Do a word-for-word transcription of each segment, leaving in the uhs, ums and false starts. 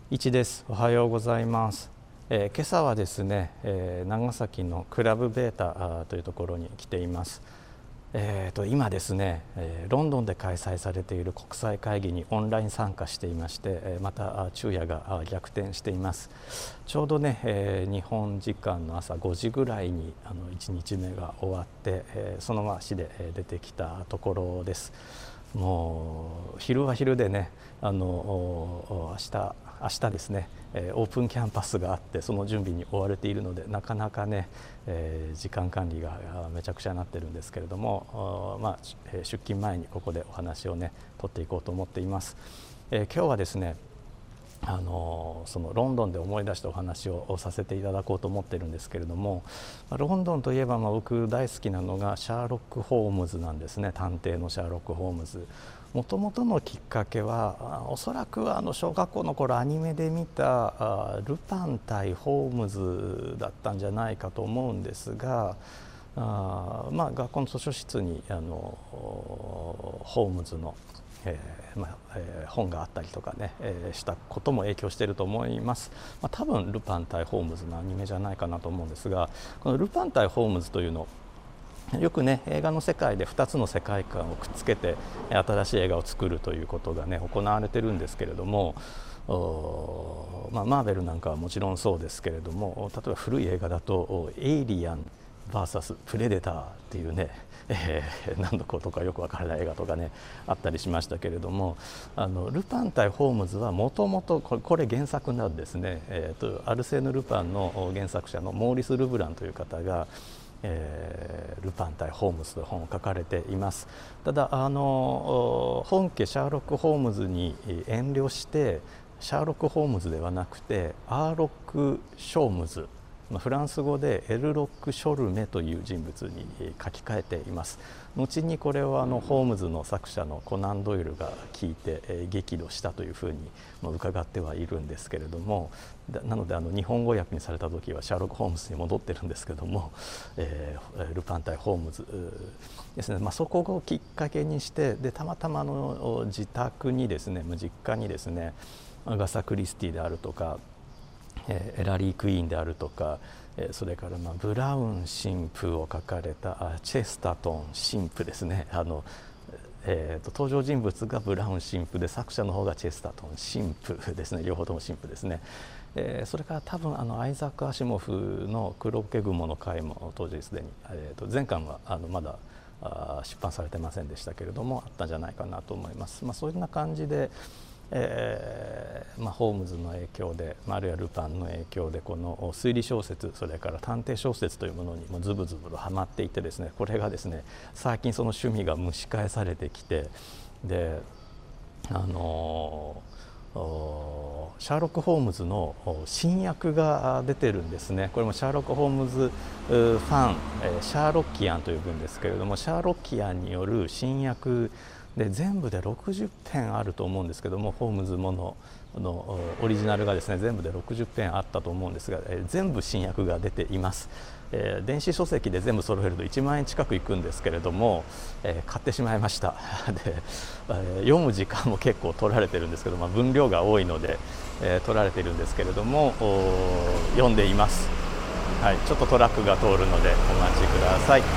いちです。おはようございます。えー、今朝はですね、えー、長崎のクラブベータというところに来ています。えー、と今ですね、えー、ロンドンで開催されている国際会議にオンライン参加していまして、えー、また昼夜が逆転しています。ちょうどね、えー、日本時間の朝ごじぐらいにあのいちにちめが終わって、えー、その足で出てきたところです。もう昼は昼でね、あの明日明日ですね、オープンキャンパスがあってその準備に追われているので、なかなかね、えー、時間管理がめちゃくちゃになってるんですけれども、まあ、出勤前にここでお話をね取っていこうと思っています。えー、今日はですね、あのそのロンドンで思い出したお話をさせていただこうと思ってるんですけれども、ロンドンといえばまあ僕大好きなのがシャーロック・ホームズなんですね。探偵のシャーロック・ホームズ。もともとのきっかけはおそらくあの小学校の頃アニメで見たルパン対ホームズだったんじゃないかと思うんですが、あまあ学校の図書室にあのホームズのえーまあえー、本があったりとかね、えー、したことも影響していると思います。まあ、多分ルパン対ホームズのアニメじゃないかなと思うんですが、このルパン対ホームズというのよくね映画の世界でふたつの世界観をくっつけて新しい映画を作るということがね行われてるんですけれども、まあ、マーベルなんかはもちろんそうですけれども、例えば古い映画だと「エイリアン ブイエス プレデター」っていうね、えー、何のことかよくわからない映画とかねあったりしましたけれども、あのルパン対ホームズはもともとこれ原作なんですね。えー、とアルセーヌ・ルパンの原作者のモーリス・ルブランという方がえー、ルパン対ホームズという本を書かれています。ただあの本家シャーロック・ホームズに遠慮してシャーロック・ホームズではなくてアーロック・ショームズ、フランス語でエルロック・ショルメという人物に書き換えています。後にこれをあのホームズの作者のコナン・ドイルが聞いて激怒したというふうに伺ってはいるんですけれども、なのであの日本語訳にされた時はシャーロック・ホームズに戻ってるんですけども、えー、ルパン対ホームズですね、まあ、そこをきっかけにしてでたまたまの自宅にですね実家にですねアガサ・クリスティであるとかエラリー・クイーンであるとか、それからまあブラウン神父を書かれたチェスタトン神父ですね。あのえー、と登場人物がブラウン神父で作者の方がチェスタトン神父ですね。両方とも神父ですね。えー、それから多分あのアイザック・アシモフの「黒毛雲の会」も当時すでに、えー、と前巻はあのまだあ出版されてませんでしたけれどもあったんじゃないかなと思います。まあ、そういうような感じでえーまあ、ホームズの影響で、あるいはルパンの影響でこの推理小説それから探偵小説というものにもズブズブとはまっていてですね、これがですね最近その趣味が蒸し返されてきて、であのー、シャーロック・ホームズの新訳が出てるんですね。これもシャーロック・ホームズファンシャーロッキアンと呼ぶんですけれども、シャーロッキアンによる新訳で全部でろくじゅっぺんあると思うんですけども、ホームズもののオリジナルがですね全部でろくじゅっぺんあったと思うんですが、えー、全部新訳が出ています。えー、電子書籍で全部揃えるといちまんえん近くいくんですけれども、えー、買ってしまいましたで、えー、読む時間も結構取られてるんですけど、まあ、分量が多いので、えー、取られているんですけれども読んでいます。はい、ちょっとトラックが通るのでお待ちください。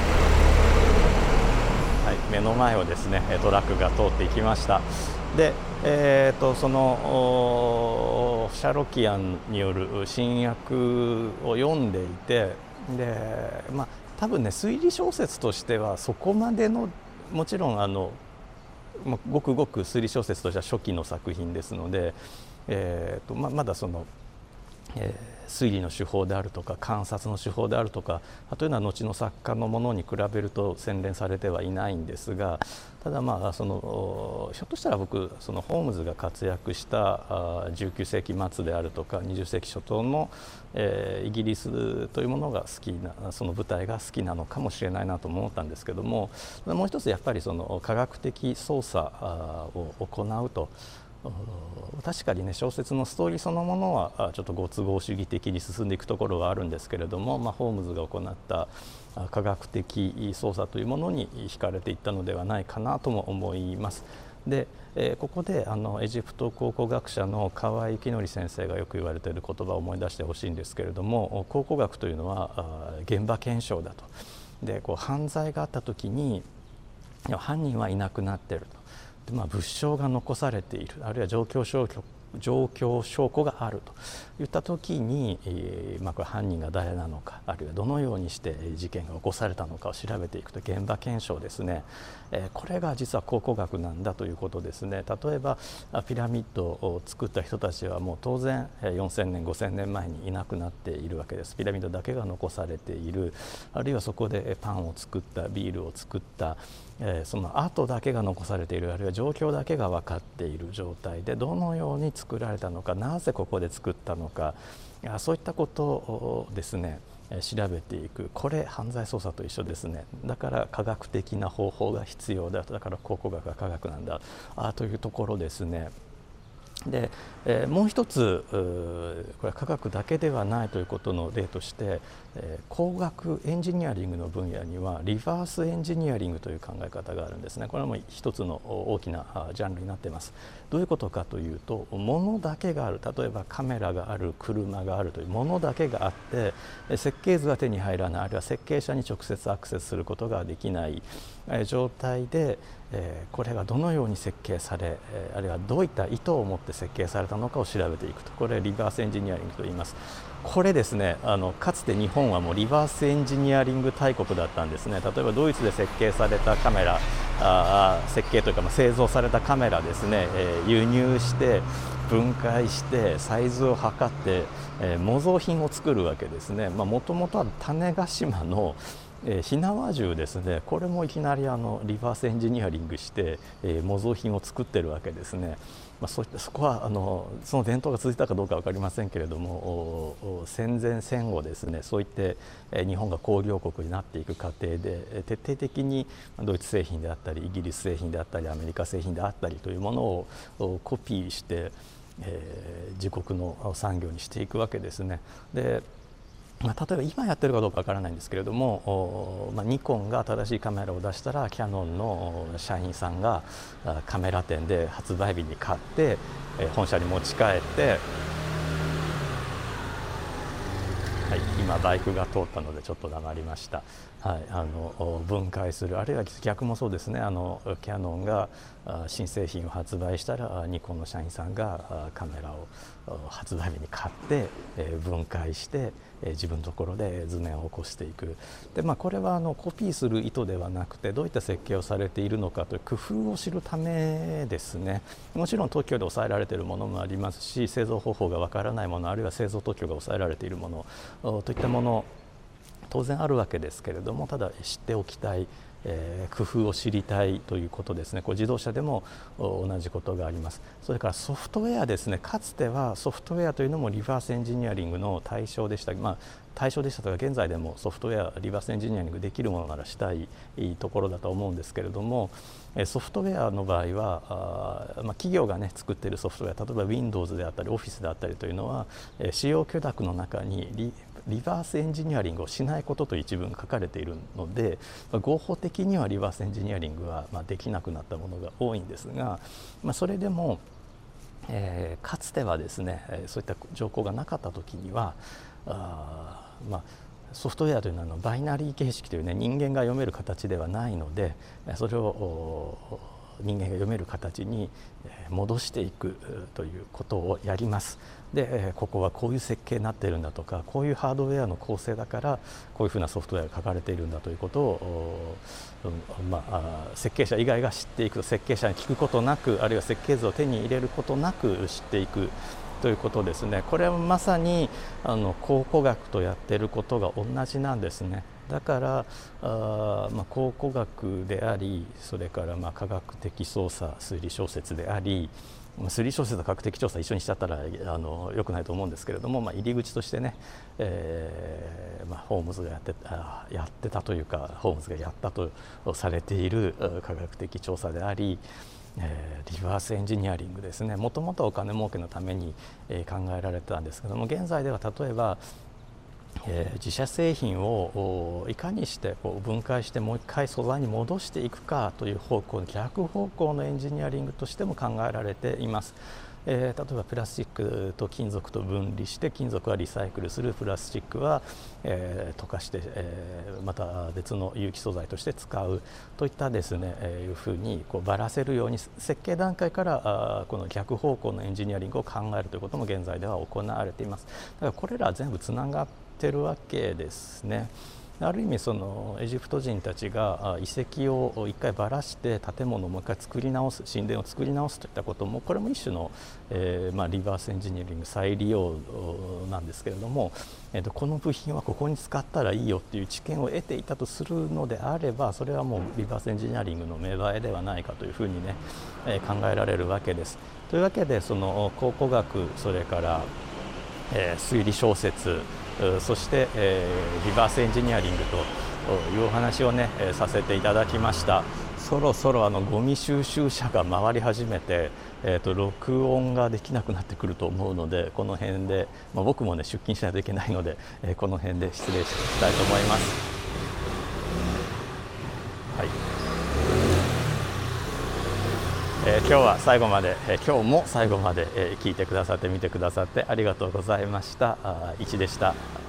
はい、目の前をですねトラックが通っていきました。で、えー、とそのシャーロキアンによる新訳を読んでいて、で、まあ、多分ね推理小説としてはそこまでのもちろんあのごくごく推理小説としては初期の作品ですので、えーとまあ、まだその、えー推理の手法であるとか観察の手法であるとかというのは後の作家のものに比べると洗練されてはいないんですが、ただまあそのひょっとしたら僕そのホームズが活躍したじゅうきゅうせいき末であるとかにじゅっせいき初頭の、えー、イギリスというものが好きなその舞台が好きなのかもしれないなと思ったんですけども、もう一つやっぱりその科学的捜査を行うと。確かにね小説のストーリーそのものはちょっとご都合主義的に進んでいくところはあるんですけれども、まあ、ホームズが行った科学的捜査というものに惹かれていったのではないかなとも思います。 で、えー、ここであのエジプト考古学者の河合幸則先生がよく言われている言葉を思い出してほしいんですけれども、考古学というのは現場検証だと。でこう犯罪があった時に犯人はいなくなっていると。で、まあ、物証が残されている、あるいは状況証拠状況証拠があるといった時に、えーまあ、これ犯人が誰なのか、あるいはどのようにして事件が起こされたのかを調べていくと、現場検証ですね、えー、これが実は考古学なんだということですね。例えばピラミッドを作った人たちはもう当然よんせんねんごせんねんまえにいなくなっているわけです。ピラミッドだけが残されている、あるいはそこでパンを作った、ビールを作った、えー、その跡だけが残されている、あるいは状況だけが分かっている状態でどのように作られたのか、なぜここで作ったのか、そういったことをですね調べていく。これ犯罪捜査と一緒ですね。だから科学的な方法が必要だと、だから考古学は科学なんだあというところですね。で、えー、もう一つこれは科学だけではないということの例として、えー、工学エンジニアリングの分野にはリバースエンジニアリングという考え方があるんですね。これはもう一つの大きなジャンルになっています。どういうことかというと、物だけがある、例えばカメラがある、車があるというものだけがあって設計図が手に入らない、あるいは設計者に直接アクセスすることができない状態で、これがどのように設計され、あるいはどういった意図を持って設計されたのかを調べていくと、これリバースエンジニアリングと言います。これですね、あのかつて日本はもうリバースエンジニアリング大国だったんですね。例えばドイツで設計されたカメラ、あ設計というか、まあ、製造されたカメラですね、えー、輸入して分解してサイズを測って、えー、模造品を作るわけですね。もともとは種子島のえー、火縄銃ですね、これもいきなりあのリバースエンジニアリングして、えー、模造品を作ってるわけですね。まあ、そういったそこはあのその伝統が続いたかどうか分かりませんけれども、戦前戦後ですね、そういって、えー、日本が工業国になっていく過程で徹底的にドイツ製品であったりイギリス製品であったりアメリカ製品であったりというものをコピーして、えー、自国の産業にしていくわけですね。でまあ、例えば今やってるかどうかわからないんですけれども、まあ、ニコンが新しいカメラを出したらキヤノンの社員さんがカメラ店で発売日に買って本社に持ち帰って、はい、今バイクが通ったのでちょっと黙りました。はい、あの分解する、あるいは逆もそうですね、あのキヤノンが新製品を発売したらニコンの社員さんがカメラを発売日に買って分解して自分のところで図面を起こしていく。で、まあ、これはあのコピーする意図ではなくてどういった設計をされているのかという工夫を知るためですね。もちろん特許で抑えられているものもありますし、製造方法がわからないもの、あるいは製造特許が抑えられているものといったもの当然あるわけですけれども、ただ知っておきたい、えー、工夫を知りたいということですね。これ自動車でも同じことがあります。それからソフトウェアですね。かつてはソフトウェアというのもリバースエンジニアリングの対象でした。まあ、対象でしたとか現在でもソフトウェアリバースエンジニアリングできるものならしたいところだと思うんですけれども、ソフトウェアの場合はあ、まあ、企業がね作っているソフトウェア、例えば Windows であったり Office であったりというのは使用許諾の中にリリバースエンジニアリングをしないことと一文書かれているので、合法的にはリバースエンジニアリングはまあできなくなったものが多いんですが、まあ、それでも、えー、かつてはですねそういった条項がなかった時にはあ、まあ、ソフトウェアというのはバイナリー形式という、ね、人間が読める形ではないので、それを人間が読める形に戻していくということをやります。で、ここはこういう設計になっているんだとか、こういうハードウェアの構成だからこういうふうなソフトウェアが書かれているんだということを、まあ、設計者以外が知っていく、設計者に聞くことなく、あるいは設計図を手に入れることなく知っていくということですね。これはまさにあの考古学とやっていることが同じなんですね。だからあ、まあ、考古学であり、それからまあ科学的捜査推理小説であり、推理小説と科学的調査一緒にしちゃったらあの良くないと思うんですけれども、まあ、入り口としてね、えーまあ、ホームズがやってあやってたというかホームズがやったとされている科学的調査であり、えー、リバースエンジニアリングですね。もともとお金儲けのために、えー、考えられたんですけども、現在では例えばえー、自社製品をいかにしてこう分解してもう一回素材に戻していくかという方向、逆方向のエンジニアリングとしても考えられています。えー、例えばプラスチックと金属と分離して、金属はリサイクルする、プラスチックは、えー、溶かして、えー、また別の有機素材として使うといったですね、えー、いうふうにこうばらせるように設計段階からあこの逆方向のエンジニアリングを考えるということも現在では行われています。だからこれら全部つながってるわけですね。ある意味そのエジプト人たちが遺跡を一回ばらして建物をもう一回作り直す、神殿を作り直すといったことも、これも一種の、えーまあ、リバースエンジニアリング、再利用なんですけれども、えー、とこの部品はここに使ったらいいよっていう知見を得ていたとするのであれば、それはもうリバースエンジニアリングの芽生えではないかというふうにね、えー、考えられるわけです。というわけでその考古学、それから、えー、推理小説、そして、えー、リバースエンジニアリングというお話をね、えー、させていただきました。そろそろあのゴミ収集車が回り始めて、えー、と録音ができなくなってくると思うので、この辺で、まあ、僕もね出勤しないといけないので、えー、この辺で失礼したいと思います。はい、えー、今日は最後まで、えー、今日も最後まで、えー、聞いてくださって見てくださってありがとうございました。あ、いちでした。